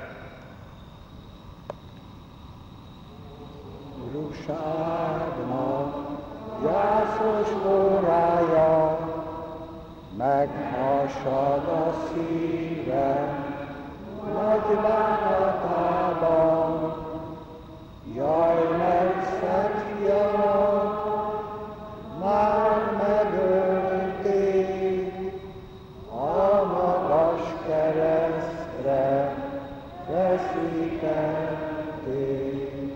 Szomorúságnak gyászos órája, meghasad a szívem, nagy bánatában. Jaj, mert szent fiamat már megölték, a magas keresztre feszítették.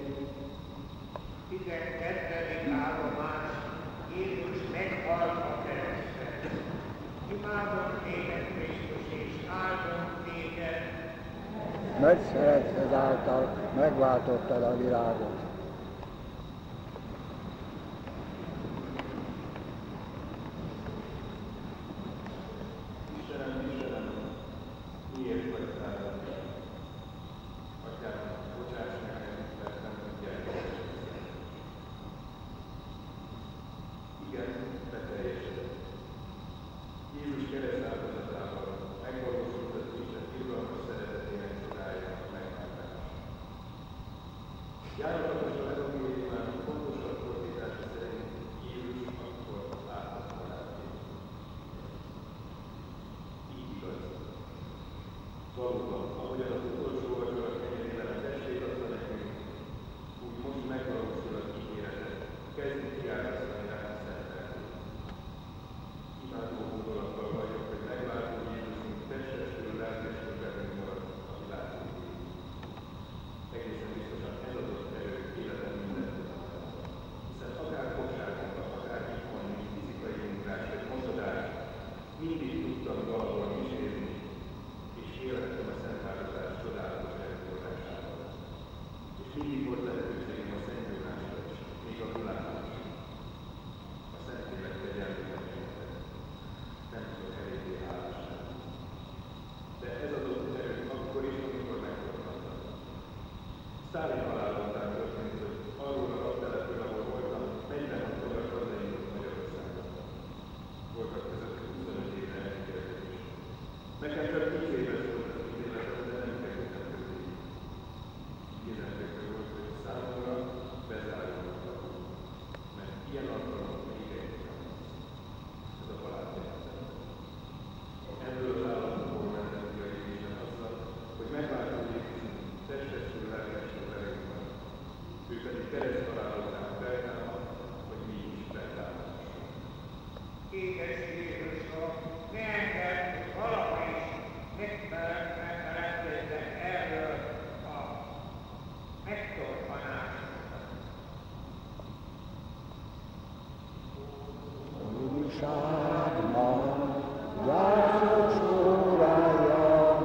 12. állomány, Jézus meghalt a kereszten. Imádunk téged, Krisztus, és áldunk téged, Nagy szeretet által megváltottad a világot. Istenem, Istenem, miért vagy szállom? Atyám, bocsáss nekem, mert nem tudják keresni. Igen, beteljesedett. Jézus kereszt áldozatával megvalósult az Isten irgalmas szeretetének csodája a megváltás. Járok kezdjük kiárasztani rá a szent lelkét. Imádó gondolakkal vagyok, hogy megváltó Jézusunk testestől, lelkestől velünk marad a világon. Egészen biztosan ez adott erő életem minden pillanatban. Hiszen akár fogságunkat, akár itthon, mint fizikai munkás vagy mozodás, mindig tudtam valahol kísérni, és élhettem a szentáldozás csodálatos erőforrásával. És mindig volt lehetőségem a szentgyónásra is, még a világban is. A Szentlélek kegyelmében nyújtott. Nem tudok eléggé hálás lenni. De ez adott erőt akkor is, amikor megtorpantam. Sztálin halál után történt, hogy arról a raktelepről, ahol voltam, 46 magyar hazajutott Magyarországon. Voltak közöttük 25 évre elégedett is. Nekem csak 10 éves volt az ítéletem, de nem kerültem közé. Kézenfekvő volt, hogy számomra bezárulnak a húr, mert ilyen alkalmat még egy nem lesz. Ez a haláltényezet. Ebből az államból mentem ki a Jézusban azzal, hogy megváltó Jézusunk testestől, lelkestől velünk van. Ő pedig kereszthalál után feltámad, hogy mi is feltámadhassunk. Édes Jézusról, ne engedd, hogy valaha is megfeledkezzek erről a megtorpanásról. Újságban gyászos órája,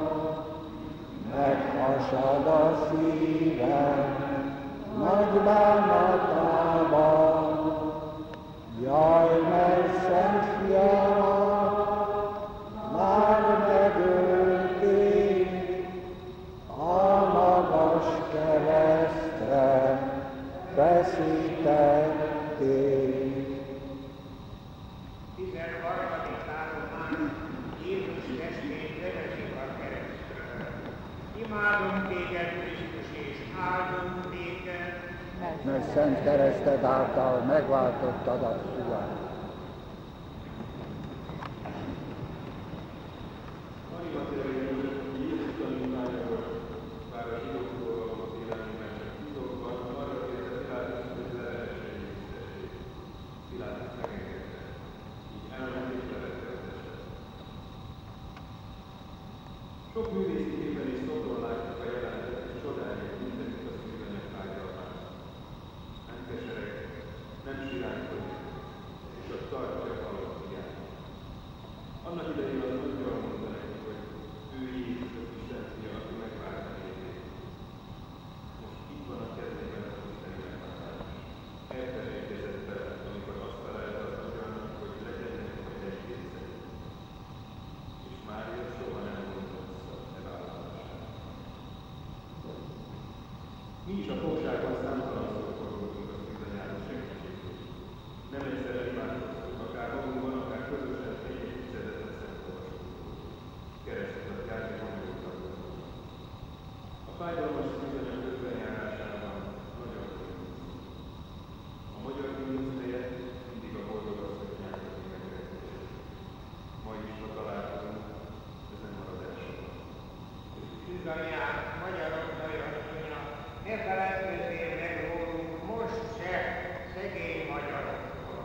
meghasad a szívem nagy bánatában. Jaj, mert Szent Fiamat már megölték, a magas keresztre feszítették. 13. állomás, Jézus testét levetik a keresztről. Imádom téged, Krisztus, és áldom téged, Mert szent kereszted által megváltottad a világot. Arimateai József, Jézus tanítványa volt, bár a zsidóktól való félelmében csak titokban, arra kérte Pilátus, hogy levehesse Jézus testét. Pilátus megengedte, így elment és levette a testet. Sok művészi képen és szobron látjuk a jelenetet, és csodáljuk mindenütt a szívünknek fájdalmát. Nem kesereg, nem siránkodik, és ott tartja a halott fiát. Annak idején az angyal mondta neki, hogy ő Jézus az Isten fia, aki megváltja életét. Most itt van a kezében az isteni megváltás. Elfelejtkezett vele, amikor azt felelte az angyalnak, hogy legyen neki a testrésze. És Mária soha nem mondta vissza e választását. Mi is a fogságban számtalanszor fordultunk az bizonyára segítségét. Nem egyszerre imádkoztunk, akár magunkban, akár közösen egy-egy tizedetet szentolvasunk. Keresztet járni hangoltak. A fájdalmas bizonyos közbenjárásában nagyon örülünk. A magyar himnusz helyett mindig a boldogasszony nyelvezi megrendelést. Ma is, ha találkozunk, ez nem marad el soha. Üzanyám, magyarok nagyasszonya, ne feledkezzél meg rólunk most se, szegény magyarokról.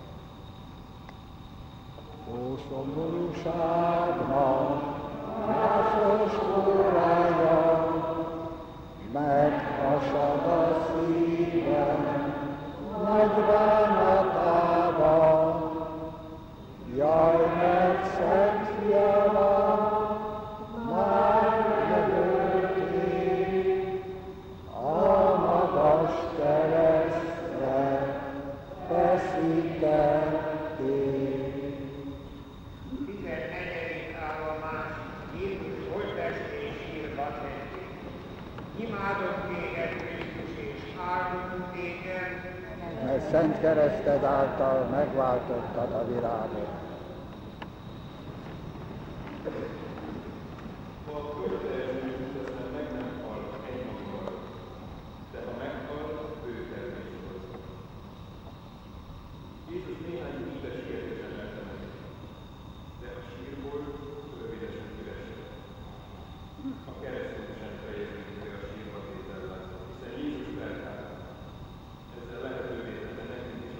Ó, szomorúságban, gyászos órája, meghasad a szívem nagy bánatában. Jaj, mert Szent Fiamat már megölték, a magas keresztre feszítették. 14. állomás, Jézus holttest és sírba tették. Imádom téged, Krisztus, és áldom téged, Mert szent kereszted által megváltottad a világot. Ha a kötelező Jézus aztán meg nem hal egymagával, de ha meghal, ő termés hozzá. Jézus néhány este sietesen eltemetik, de a sírból rövidesen kivesedett. A kereszten sem fejeződik be a sírba tétellel, hiszen Jézus feltámadt. Ezzel lehetővé tette nekünk is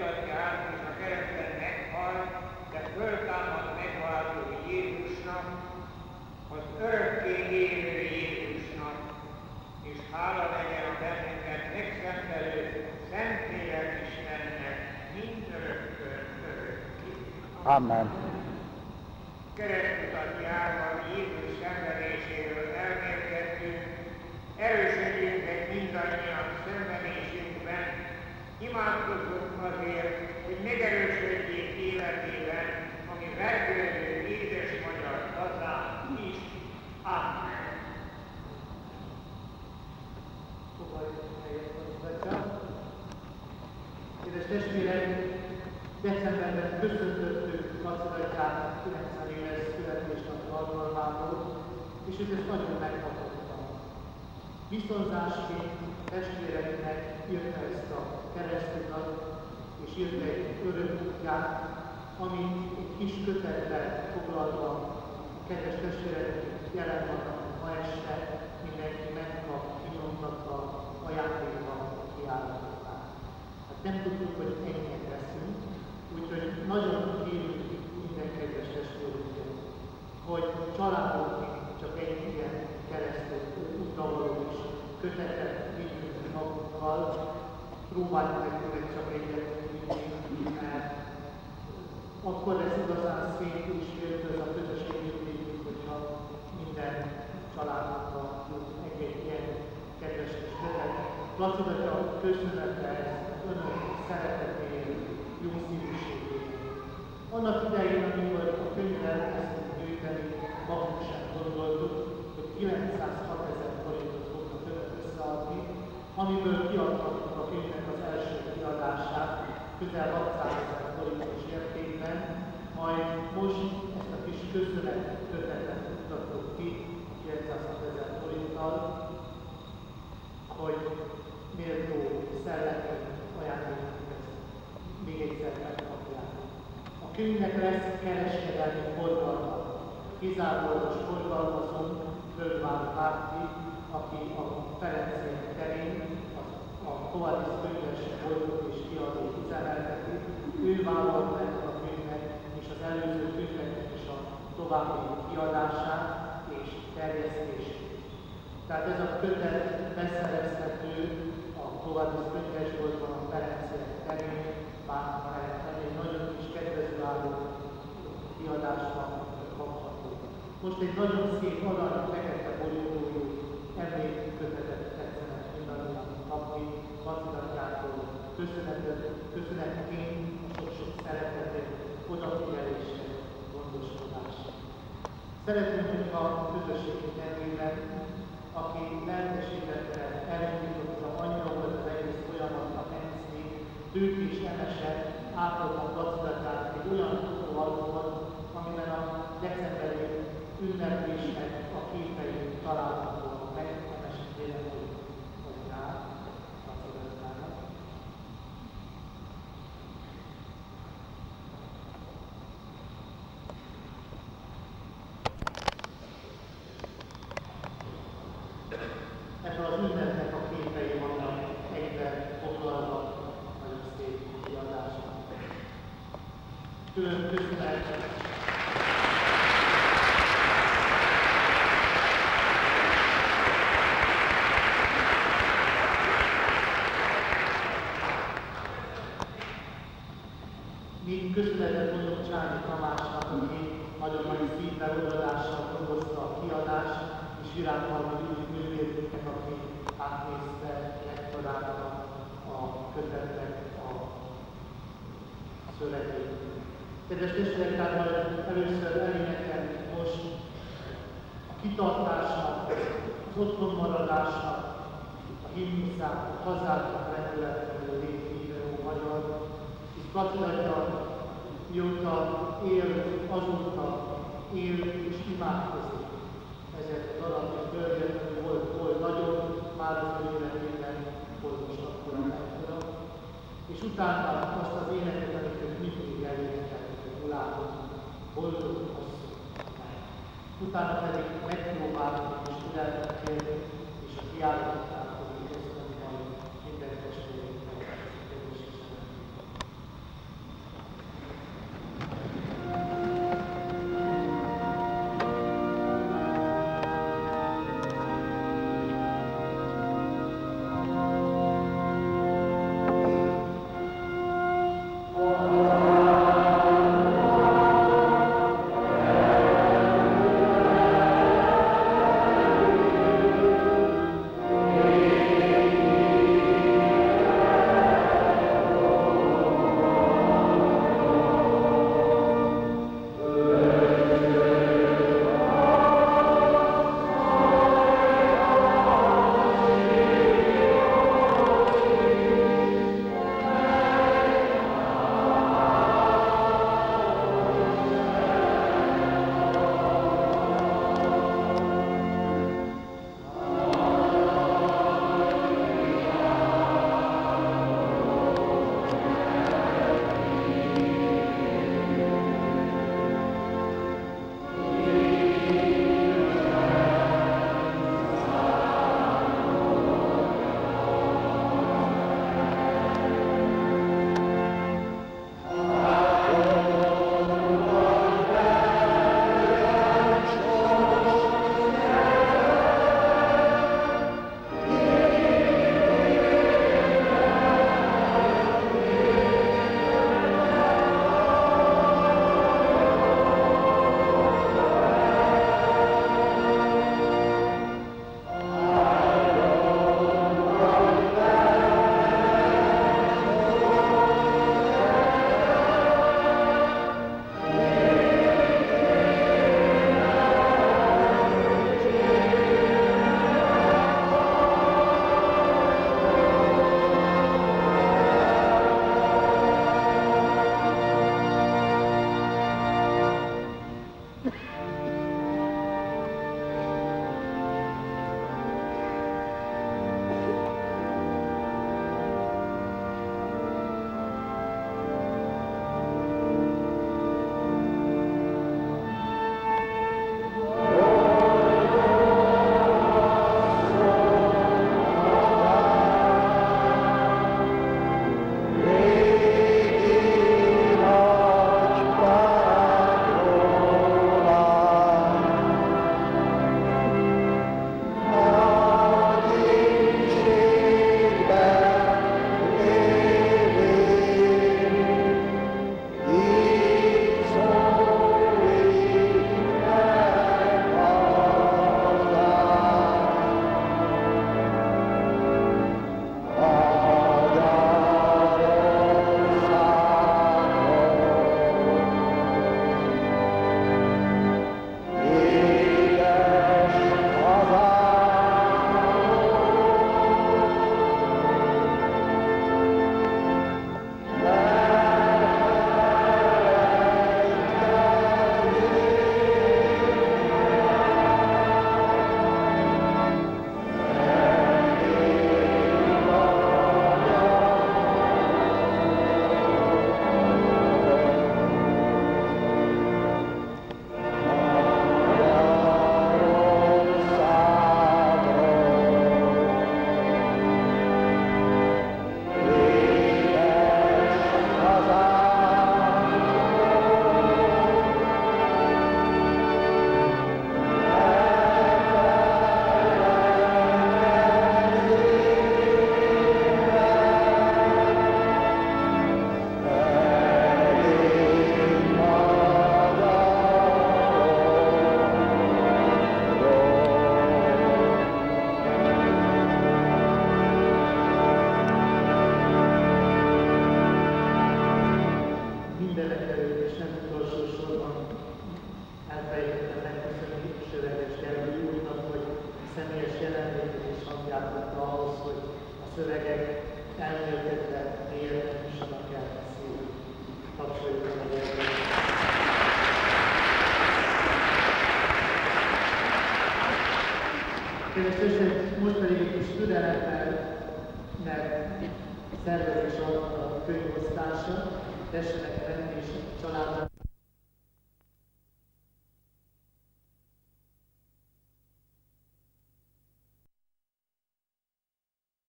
atya által és a kereszten meghal, de föltámad megváltó Jézusnak, az örökké élő Jézusnak, és hála legyen a bennünket megszentelő Szentlélek Istennek mindörökkön örökké. Amen. Keresztutatjával Jézus szenvedéséről elmélkedtünk, erősödjünk meg mindannyian szenvedésünkben, imádkozzunk azért, hogy megerősödjék életében, ami vergődő édes magyar hazánk is. Amen. Fogadjuk helyet az Atya. Kedves testvérek, decemberben köszöntöttük Laci-atyát 90 éves születésnapi alkalmából, és őt ezt nagyon meghatottam. Viszonzásként testvéreknek írta ezt a keresztutat, és írta egy örökútját, amit egy kis kötetben foglalva a kedves testvérek jelen vannak ma este, mindenki megkap, kinyomtatva, ajándékba kiállították. Hát nem tudtuk, hogy ennyien leszünk, úgyhogy nagyon kérünk minden kedves testvérünket, hogy családoknak csak egy ilyen keresztül útravaló is kötetet vigyünk magunkkal, próbáljuk meg tőle csak egyet vinni, mert akkor lesz igazán szép és értőz a közösségünk, hogyha minden családoknak jut egy-egy ilyen kedves kis kötet. Laci-atya köszönete az önök szeretetéért, jó szívűségéért. Annak idején, amikor a könyvre elkezdtünk gyűjteni, magunk sem gondoltuk, hogy 906 000 forintot fognak önök összeadni, amiből kiadhattuk a könyvnek az első kiadását, közel 600 000 forintos értékben, majd most ezt a kis köszönet kötetet mutattuk ki 906 000 forinttal, hogy méltó szellemi ajándékokat még egyszer megkapják. A könyvnek lesz kereskedelmi forgalma. Kizárólagos forgalmazónk Földvár Márti, aki a Ferenciek terén a Kovadis könyves boltot és kiadót üzemelteti. Ő vállalt meg a könyvnek és az előző könyveknek is a további kiadását és terjesztését. Tehát ez a kötet beszerezhető a Kovadis könyvesboltban a Ferenciek terén, már egy nagyon kis kedvezőálló kiadásban kapható. Most egy nagyon szép arany fekete borítójú emlékkötetet tetszenek mindannyian kapni Laci-atyától. Köszönetként a sok-sok szeretetét, odafigyelését, gondoskodását. Szeretném, hogyha a közösségi nevében, aki lelkesítette, elindította, annyira volt az egész folyamatnak enni, Tőkés Nemesek átadnak Laci-atyát egy olyan fotóalbumot, amiben a decemberi ünneplésnek a képei találhatóak meg, Nemesek kérem, hogy rá Laci-atyának. Ebből az ünnepnek a képei vannak egyben foglalva, nagyon szép kiadásban. Külön köszönet még köszönetet mondok Csányi Tamásnak, aki nagyon nagy szívbelolvadással dolgozta a kiadást, és Virághalmi Gyuri művésznek, aki átnézte, megtalálta a kötetnek a szövegét. Kedves testvérek, tehát majd először elénekelni most a kitartásnak, az otthonmaradásnak, a himnuszát, a hazának rendületlenül létívő magyar. És Laci-atya mióta él, azóta él és imádkozik. Ezért a darab és bőrgető volt nagyon, már az ő életében volt is akkor ekkora. És utána azt az éneket, amiket mindig elénekeltek, hogy Ulátok, boldog hosszú meg. Utána pedig megpróbáltuk és tudátot kérni, és a kiállították, hogy osztani majd minden testvérünknek, kedves Istenem. Kedves testvérek, most pedig egy kis türelemmel, mert szervezés alatt a könyvosztása, tessenek lenni és családnak.